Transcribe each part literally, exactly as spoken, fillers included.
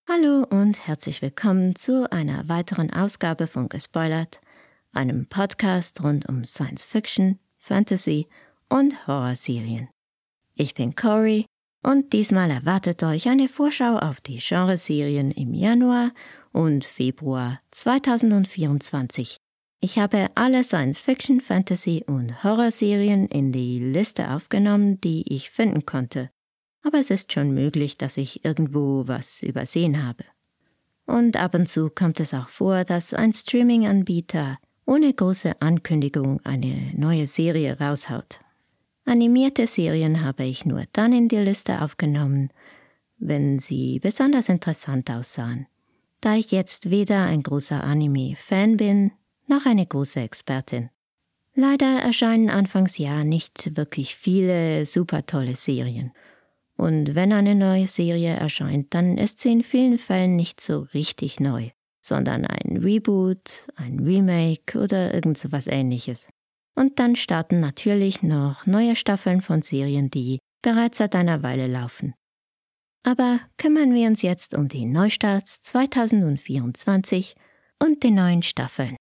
Hallo und herzlich willkommen zu einer weiteren Ausgabe von Gespoilert, einem Podcast rund um Science Fiction, Fantasy und Horrorserien. Ich bin Cory und diesmal erwartet euch eine Vorschau auf die Genreserien im Januar und Februar zweitausendvierundzwanzig. Ich habe alle Science Fiction, Fantasy und Horrorserien in die Liste aufgenommen, die ich finden konnte. Aber es ist schon möglich, dass ich irgendwo was übersehen habe. Und ab und zu kommt es auch vor, dass ein Streaming-Anbieter ohne große Ankündigung eine neue Serie raushaut. Animierte Serien habe ich nur dann in die Liste aufgenommen, wenn sie besonders interessant aussahen. Da ich jetzt weder ein großer Anime-Fan bin, noch eine große Expertin. Leider erscheinen Anfangsjahr nicht wirklich viele super tolle Serien. Und wenn eine neue Serie erscheint, dann ist sie in vielen Fällen nicht so richtig neu, sondern ein Reboot, ein Remake oder irgend so was Ähnliches. Und dann starten natürlich noch neue Staffeln von Serien, die bereits seit einer Weile laufen. Aber kümmern wir uns jetzt um die Neustarts zweitausendvierundzwanzig und die neuen Staffeln.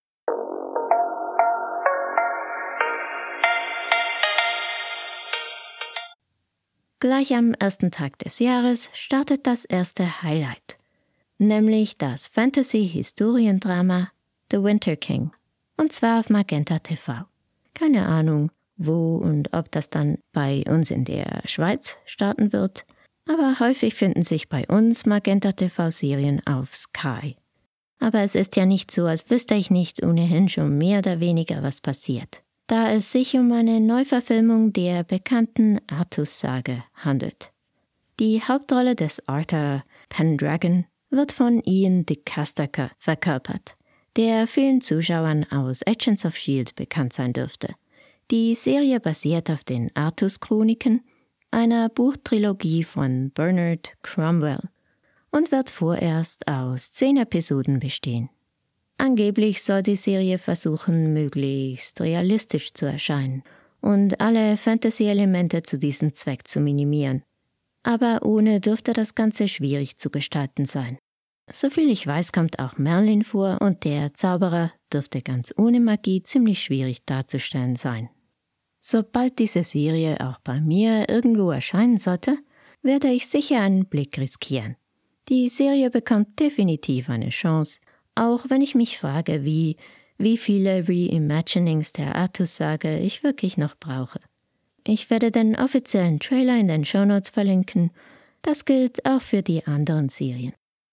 Gleich am ersten Tag des Jahres startet das erste Highlight, nämlich das Fantasy-Historiendrama The Winter King, und zwar auf Magenta T V. Keine Ahnung, wo und ob das dann bei uns in der Schweiz starten wird, aber häufig finden sich bei uns Magenta T V-Serien auf Sky. Aber es ist ja nicht so, als wüsste ich nicht ohnehin schon mehr oder weniger, was passiert, da es sich um eine Neuverfilmung der bekannten Artus-Sage handelt. Die Hauptrolle des Arthur Pendragon wird von Ian DeCasterca verkörpert, der vielen Zuschauern aus Agents of Shield bekannt sein dürfte. Die Serie basiert auf den Artus-Chroniken, einer Buchtrilogie von Bernard Cromwell, und wird vorerst aus zehn Episoden bestehen. Angeblich soll die Serie versuchen, möglichst realistisch zu erscheinen und alle Fantasy-Elemente zu diesem Zweck zu minimieren. Aber ohne dürfte das Ganze schwierig zu gestalten sein. Soviel ich weiß, kommt auch Merlin vor und der Zauberer dürfte ganz ohne Magie ziemlich schwierig darzustellen sein. Sobald diese Serie auch bei mir irgendwo erscheinen sollte, werde ich sicher einen Blick riskieren. Die Serie bekommt definitiv eine Chance, auch wenn ich mich frage, wie, wie viele Reimaginings der Artus-Sage ich wirklich noch brauche. Ich werde den offiziellen Trailer in den Shownotes verlinken. Das gilt auch für die anderen Serien.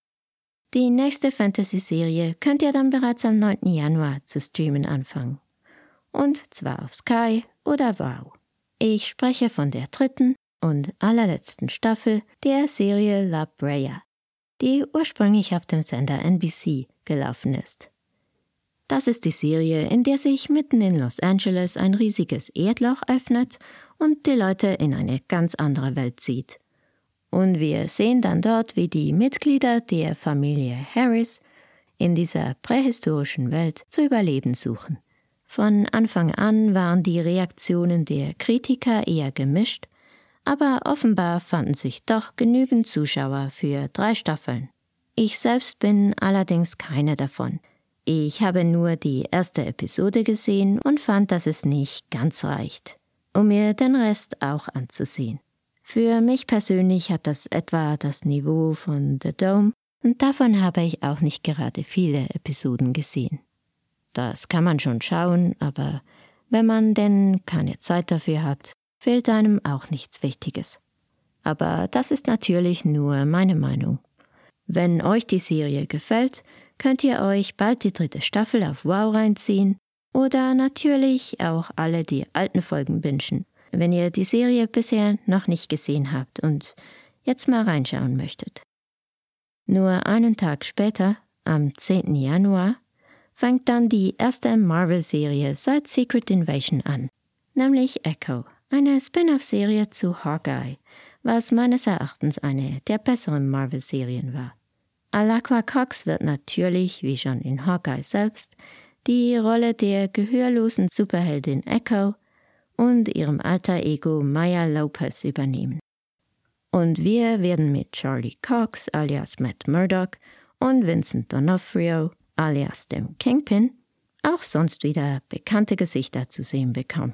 Die nächste Fantasy-Serie könnt ihr dann bereits am neunten Januar zu streamen anfangen. Und zwar auf Sky oder Wow. Ich spreche von der dritten und allerletzten Staffel der Serie La Brea, die ursprünglich auf dem Sender N B C gelaufen ist. Das ist die Serie, in der sich mitten in Los Angeles ein riesiges Erdloch öffnet und die Leute in eine ganz andere Welt zieht. Und wir sehen dann dort, wie die Mitglieder der Familie Harris in dieser prähistorischen Welt zu überleben suchen. Von Anfang an waren die Reaktionen der Kritiker eher gemischt, aber offenbar fanden sich doch genügend Zuschauer für drei Staffeln. Ich selbst bin allerdings keine davon. Ich habe nur die erste Episode gesehen und fand, dass es nicht ganz reicht, um mir den Rest auch anzusehen. Für mich persönlich hat das etwa das Niveau von The Dome und davon habe ich auch nicht gerade viele Episoden gesehen. Das kann man schon schauen, aber wenn man denn keine Zeit dafür hat, fehlt einem auch nichts Wichtiges. Aber das ist natürlich nur meine Meinung. Wenn euch die Serie gefällt, könnt ihr euch bald die dritte Staffel auf Wow reinziehen oder natürlich auch alle die alten Folgen bingen, wenn ihr die Serie bisher noch nicht gesehen habt und jetzt mal reinschauen möchtet. Nur einen Tag später, am zehnten Januar, fängt dann die erste Marvel-Serie seit Secret Invasion an, nämlich Echo, eine Spin-off-Serie zu Hawkeye, was meines Erachtens eine der besseren Marvel-Serien war. Alaqua Cox wird natürlich, wie schon in Hawkeye selbst, die Rolle der gehörlosen Superheldin Echo und ihrem Alter Ego Maya Lopez übernehmen. Und wir werden mit Charlie Cox alias Matt Murdock und Vincent D'Onofrio alias dem Kingpin auch sonst wieder bekannte Gesichter zu sehen bekommen.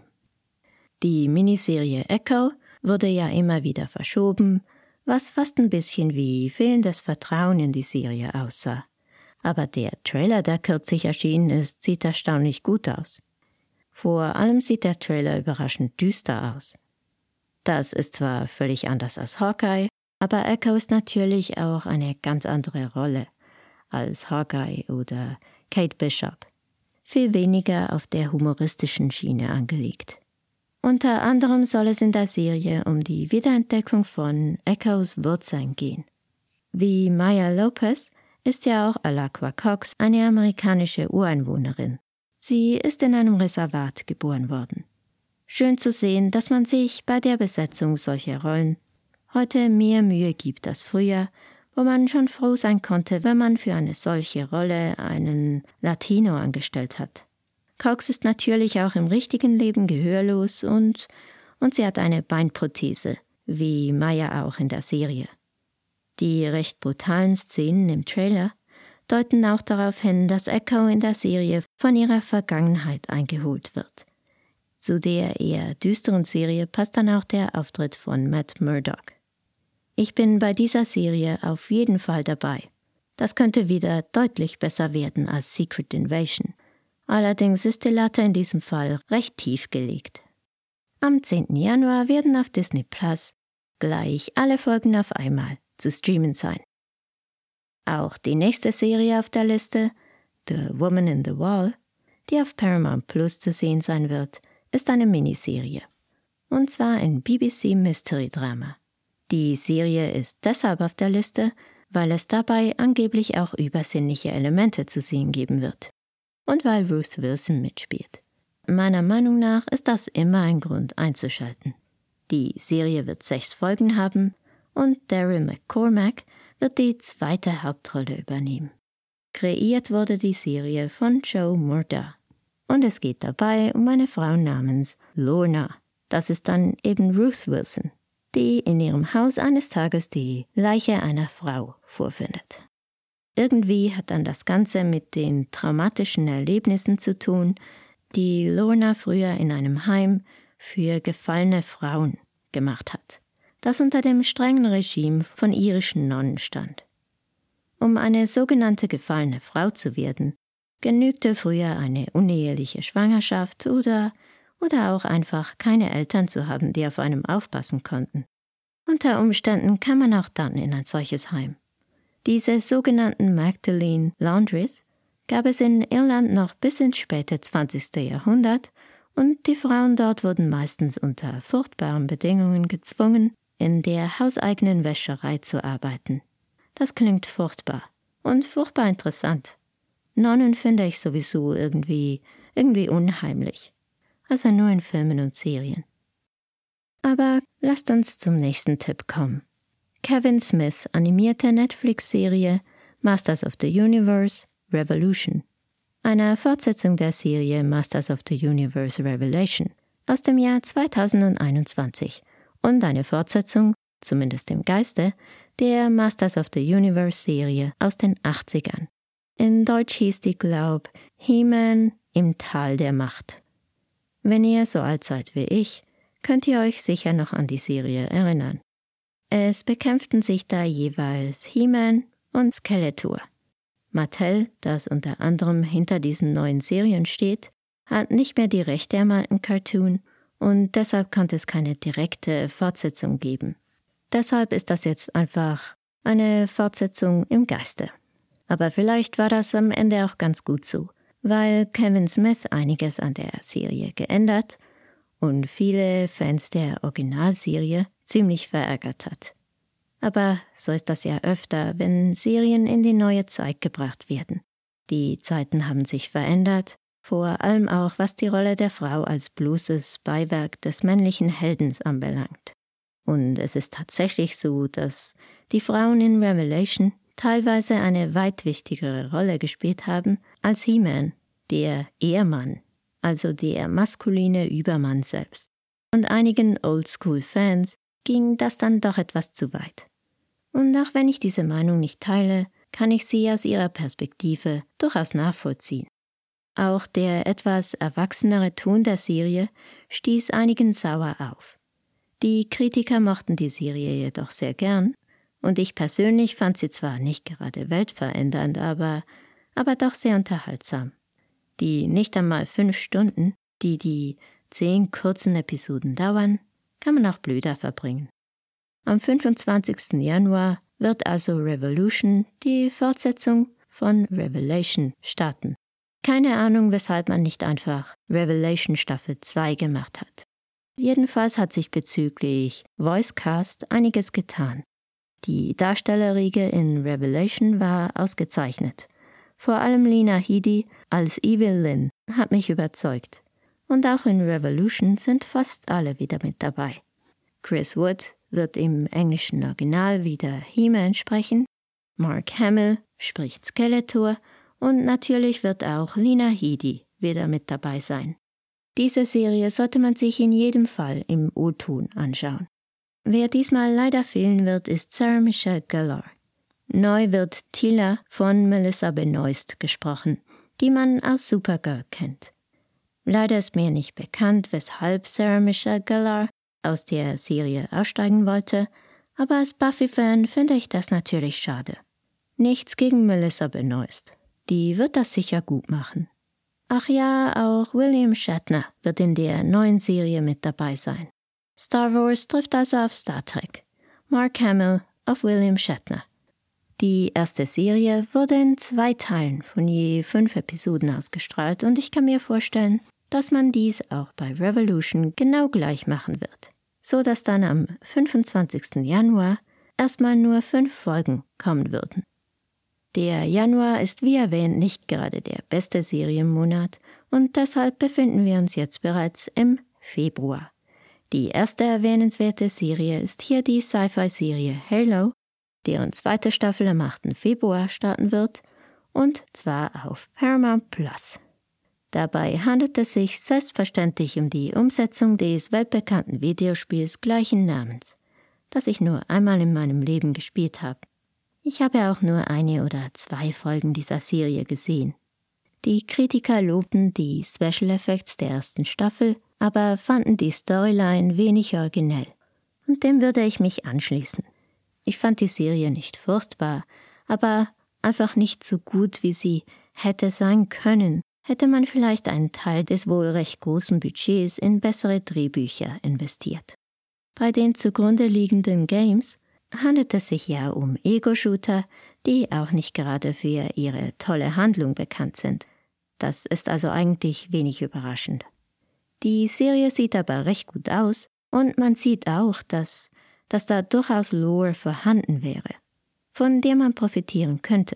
Die Miniserie Echo wurde ja immer wieder verschoben, was fast ein bisschen wie fehlendes Vertrauen in die Serie aussah. Aber der Trailer, der kürzlich erschienen ist, sieht erstaunlich gut aus. Vor allem sieht der Trailer überraschend düster aus. Das ist zwar völlig anders als Hawkeye, aber Echo ist natürlich auch eine ganz andere Rolle als Hawkeye oder Kate Bishop. Viel weniger auf der humoristischen Schiene angelegt. Unter anderem soll es in der Serie um die Wiederentdeckung von Echos Wurzeln gehen. Wie Maya Lopez ist ja auch Alaqua Cox eine amerikanische Ureinwohnerin. Sie ist in einem Reservat geboren worden. Schön zu sehen, dass man sich bei der Besetzung solcher Rollen heute mehr Mühe gibt als früher, wo man schon froh sein konnte, wenn man für eine solche Rolle einen Latino angestellt hat. Cox ist natürlich auch im richtigen Leben gehörlos und, und sie hat eine Beinprothese, wie Maya auch in der Serie. Die recht brutalen Szenen im Trailer deuten auch darauf hin, dass Echo in der Serie von ihrer Vergangenheit eingeholt wird. Zu der eher düsteren Serie passt dann auch der Auftritt von Matt Murdock. Ich bin bei dieser Serie auf jeden Fall dabei. Das könnte wieder deutlich besser werden als Secret Invasion. Allerdings ist die Latte in diesem Fall recht tief gelegt. Am zehnten Januar werden auf Disney Plus gleich alle Folgen auf einmal zu streamen sein. Auch die nächste Serie auf der Liste, The Woman in the Wall, die auf Paramount Plus zu sehen sein wird, ist eine Miniserie. Und zwar ein B B C Mystery Drama. Die Serie ist deshalb auf der Liste, weil es dabei angeblich auch übersinnliche Elemente zu sehen geben wird. Und weil Ruth Wilson mitspielt. Meiner Meinung nach ist das immer ein Grund einzuschalten. Die Serie wird sechs Folgen haben und Daryl McCormack wird die zweite Hauptrolle übernehmen. Kreiert wurde die Serie von Joe Murda. Und es geht dabei um eine Frau namens Lorna. Das ist dann eben Ruth Wilson, die in ihrem Haus eines Tages die Leiche einer Frau vorfindet. Irgendwie hat dann das Ganze mit den traumatischen Erlebnissen zu tun, die Lorna früher in einem Heim für gefallene Frauen gemacht hat, das unter dem strengen Regime von irischen Nonnen stand. Um eine sogenannte gefallene Frau zu werden, genügte früher eine uneheliche Schwangerschaft oder, oder auch einfach keine Eltern zu haben, die auf einem aufpassen konnten. Unter Umständen kam man auch dann in ein solches Heim. Diese sogenannten Magdalene Laundries gab es in Irland noch bis ins späte zwanzigste Jahrhundert und die Frauen dort wurden meistens unter furchtbaren Bedingungen gezwungen, in der hauseigenen Wäscherei zu arbeiten. Das klingt furchtbar und furchtbar interessant. Nonnen finde ich sowieso irgendwie, irgendwie unheimlich. Also nur in Filmen und Serien. Aber lasst uns zum nächsten Tipp kommen. Kevin Smith animierte Netflix-Serie Masters of the Universe Revolution, einer Fortsetzung der Serie Masters of the Universe Revelation aus dem Jahr zweitausendeinundzwanzig und eine Fortsetzung, zumindest im Geiste, der Masters of the Universe Serie aus den achtzigern. In Deutsch hieß die, glaub, He-Man im Tal der Macht. Wenn ihr so alt seid wie ich, könnt ihr euch sicher noch an die Serie erinnern. Es bekämpften sich da jeweils He-Man und Skeletor. Mattel, das unter anderem hinter diesen neuen Serien steht, hat nicht mehr die Rechte am alten Cartoon und deshalb konnte es keine direkte Fortsetzung geben. Deshalb ist das jetzt einfach eine Fortsetzung im Geiste. Aber vielleicht war das am Ende auch ganz gut so, weil Kevin Smith einiges an der Serie geändert und viele Fans der Originalserie ziemlich verärgert hat. Aber so ist das ja öfter, wenn Serien in die neue Zeit gebracht werden. Die Zeiten haben sich verändert, vor allem auch was die Rolle der Frau als bloßes Beiwerk des männlichen Heldens anbelangt. Und es ist tatsächlich so, dass die Frauen in Revelation teilweise eine weit wichtigere Rolle gespielt haben als He-Man, der Ehemann, also der maskuline Übermann selbst. Und einigen Oldschool-Fans ging das dann doch etwas zu weit. Und auch wenn ich diese Meinung nicht teile, kann ich sie aus ihrer Perspektive durchaus nachvollziehen. Auch der etwas erwachsenere Ton der Serie stieß einigen sauer auf. Die Kritiker mochten die Serie jedoch sehr gern, und ich persönlich fand sie zwar nicht gerade weltverändernd, aber, aber doch sehr unterhaltsam. Die nicht einmal fünf Stunden, die die zehn kurzen Episoden dauern, kann man auch blöder verbringen. Am fünfundzwanzigsten Januar wird also Revolution, die Fortsetzung von Revelation, starten. Keine Ahnung, weshalb man nicht einfach Revelation Staffel zwei gemacht hat. Jedenfalls hat sich bezüglich Voicecast einiges getan. Die Darstellerriege in Revelation war ausgezeichnet. Vor allem Lena Headey als Evil Lynn hat mich überzeugt. Und auch in Revolution sind fast alle wieder mit dabei. Chris Wood wird im englischen Original wieder He-Man sprechen, Mark Hamill spricht Skeletor und natürlich wird auch Lena Headey wieder mit dabei sein. Diese Serie sollte man sich in jedem Fall im O-Ton anschauen. Wer diesmal leider fehlen wird, ist Sarah Michelle Gellar. Neu wird Tila von Melissa Benoist gesprochen, die man aus Supergirl kennt. Leider ist mir nicht bekannt, weshalb Sarah Michelle Gellar aus der Serie aussteigen wollte, aber als Buffy-Fan finde ich das natürlich schade. Nichts gegen Melissa Benoist. Die wird das sicher gut machen. Ach ja, auch William Shatner wird in der neuen Serie mit dabei sein. Star Wars trifft also auf Star Trek. Mark Hamill auf William Shatner. Die erste Serie wurde in zwei Teilen von je fünf Episoden ausgestrahlt und ich kann mir vorstellen, dass man dies auch bei Revolution genau gleich machen wird, so dass dann am fünfundzwanzigsten Januar erstmal nur fünf Folgen kommen würden. Der Januar ist wie erwähnt nicht gerade der beste Serienmonat und deshalb befinden wir uns jetzt bereits im Februar. Die erste erwähnenswerte Serie ist hier die Sci-Fi-Serie Halo, deren zweite Staffel am achten Februar starten wird, und zwar auf Paramount Plus. Dabei handelt es sich selbstverständlich um die Umsetzung des weltbekannten Videospiels gleichen Namens, das ich nur einmal in meinem Leben gespielt habe. Ich habe auch nur eine oder zwei Folgen dieser Serie gesehen. Die Kritiker lobten die Special Effects der ersten Staffel, aber fanden die Storyline wenig originell. Und dem würde ich mich anschließen. Ich fand die Serie nicht furchtbar, aber einfach nicht so gut, wie sie hätte sein können. Hätte man vielleicht einen Teil des wohl recht großen Budgets in bessere Drehbücher investiert. Bei den zugrunde liegenden Games handelt es sich ja um Ego-Shooter, die auch nicht gerade für ihre tolle Handlung bekannt sind. Das ist also eigentlich wenig überraschend. Die Serie sieht aber recht gut aus und man sieht auch, dass, dass da durchaus Lore vorhanden wäre, von der man profitieren könnte.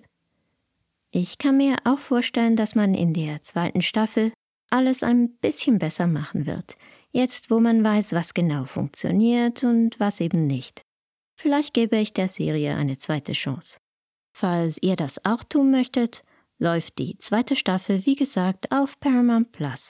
Ich kann mir auch vorstellen, dass man in der zweiten Staffel alles ein bisschen besser machen wird, jetzt wo man weiß, was genau funktioniert und was eben nicht. Vielleicht gebe ich der Serie eine zweite Chance. Falls ihr das auch tun möchtet, läuft die zweite Staffel, wie gesagt, auf Paramount Plus.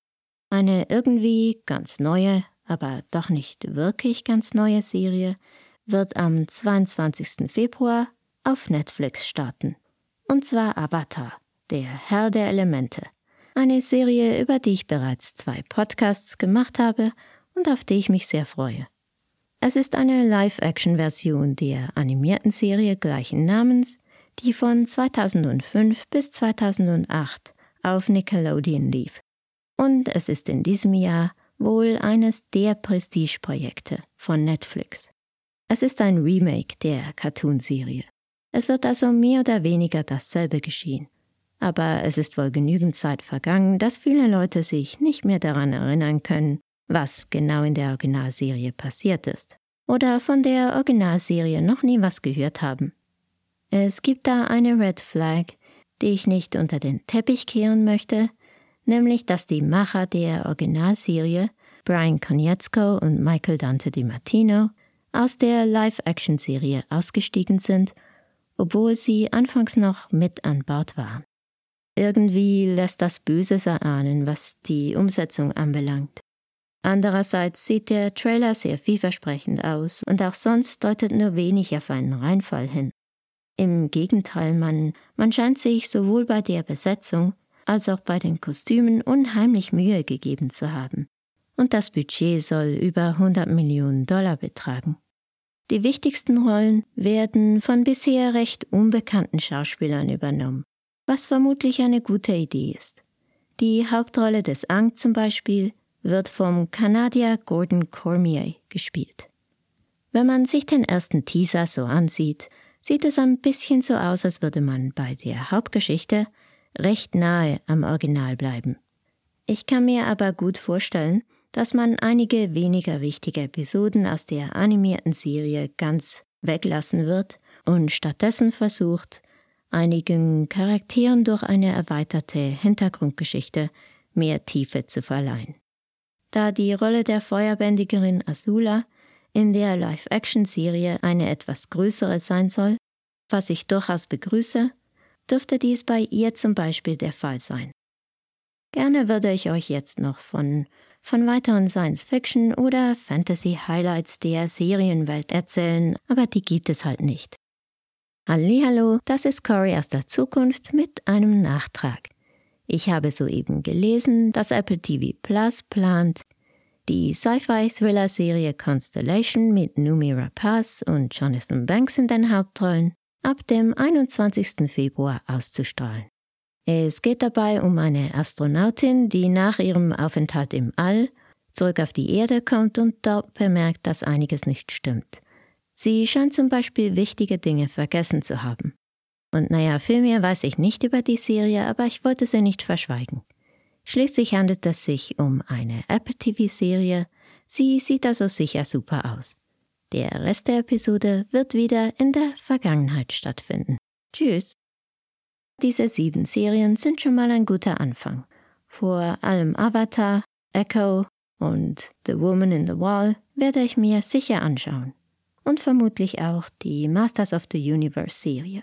Eine irgendwie ganz neue, aber doch nicht wirklich ganz neue Serie wird am zweiundzwanzigsten Februar auf Netflix starten. Und zwar Avatar, der Herr der Elemente. Eine Serie, über die ich bereits zwei Podcasts gemacht habe und auf die ich mich sehr freue. Es ist eine Live-Action-Version der animierten Serie gleichen Namens, die von zweitausendfünf bis zweitausendacht auf Nickelodeon lief. Und es ist in diesem Jahr wohl eines der Prestigeprojekte von Netflix. Es ist ein Remake der Cartoonserie. Es wird also mehr oder weniger dasselbe geschehen. Aber es ist wohl genügend Zeit vergangen, dass viele Leute sich nicht mehr daran erinnern können, was genau in der Originalserie passiert ist. Oder von der Originalserie noch nie was gehört haben. Es gibt da eine Red Flag, die ich nicht unter den Teppich kehren möchte, nämlich dass die Macher der Originalserie, Brian Konietzko und Michael Dante DiMartino, aus der Live-Action-Serie ausgestiegen sind, obwohl sie anfangs noch mit an Bord waren. Irgendwie lässt das Böses erahnen, was die Umsetzung anbelangt. Andererseits sieht der Trailer sehr vielversprechend aus und auch sonst deutet nur wenig auf einen Reinfall hin. Im Gegenteil, man, man scheint sich sowohl bei der Besetzung als auch bei den Kostümen unheimlich Mühe gegeben zu haben. Und das Budget soll über hundert Millionen Dollar betragen. Die wichtigsten Rollen werden von bisher recht unbekannten Schauspielern übernommen, was vermutlich eine gute Idee ist. Die Hauptrolle des Aang zum Beispiel wird vom Kanadier Gordon Cormier gespielt. Wenn man sich den ersten Teaser so ansieht, sieht es ein bisschen so aus, als würde man bei der Hauptgeschichte recht nahe am Original bleiben. Ich kann mir aber gut vorstellen, dass man einige weniger wichtige Episoden aus der animierten Serie ganz weglassen wird und stattdessen versucht, einigen Charakteren durch eine erweiterte Hintergrundgeschichte mehr Tiefe zu verleihen. Da die Rolle der Feuerbändigerin Azula in der Live-Action-Serie eine etwas größere sein soll, was ich durchaus begrüße, dürfte dies bei ihr zum Beispiel der Fall sein. Gerne würde ich euch jetzt noch von, von weiteren Science-Fiction- oder Fantasy-Highlights der Serienwelt erzählen, aber die gibt es halt nicht. Hallihallo, das ist Cory aus der Zukunft mit einem Nachtrag. Ich habe soeben gelesen, dass Apple T V Plus plant, die Sci-Fi-Thriller-Serie Constellation mit Noomi Rapace und Jonathan Banks in den Hauptrollen ab dem einundzwanzigsten Februar auszustrahlen. Es geht dabei um eine Astronautin, die nach ihrem Aufenthalt im All zurück auf die Erde kommt und dort bemerkt, dass einiges nicht stimmt. Sie scheint zum Beispiel wichtige Dinge vergessen zu haben. Und naja, viel mehr weiß ich nicht über die Serie, aber ich wollte sie nicht verschweigen. Schließlich handelt es sich um eine Apple T V-Serie. Sie sieht also sicher super aus. Der Rest der Episode wird wieder in der Vergangenheit stattfinden. Tschüss! Diese sieben Serien sind schon mal ein guter Anfang. Vor allem Avatar, Echo und The Woman in the Wall werde ich mir sicher anschauen. Und vermutlich auch die Masters of the Universe-Serie.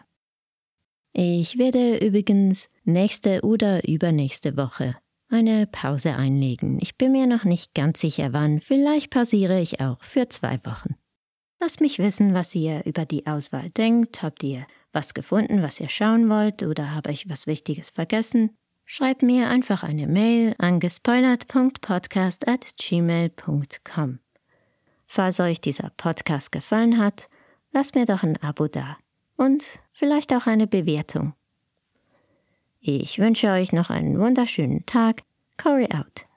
Ich werde übrigens nächste oder übernächste Woche eine Pause einlegen. Ich bin mir noch nicht ganz sicher wann, vielleicht pausiere ich auch für zwei Wochen. Lasst mich wissen, was ihr über die Auswahl denkt. Habt ihr was gefunden, was ihr schauen wollt, oder habe ich was Wichtiges vergessen? Schreibt mir einfach eine Mail an gespoilert punkt podcast at gmail punkt com. Falls euch dieser Podcast gefallen hat, lasst mir doch ein Abo da und vielleicht auch eine Bewertung. Ich wünsche euch noch einen wunderschönen Tag. Cory out.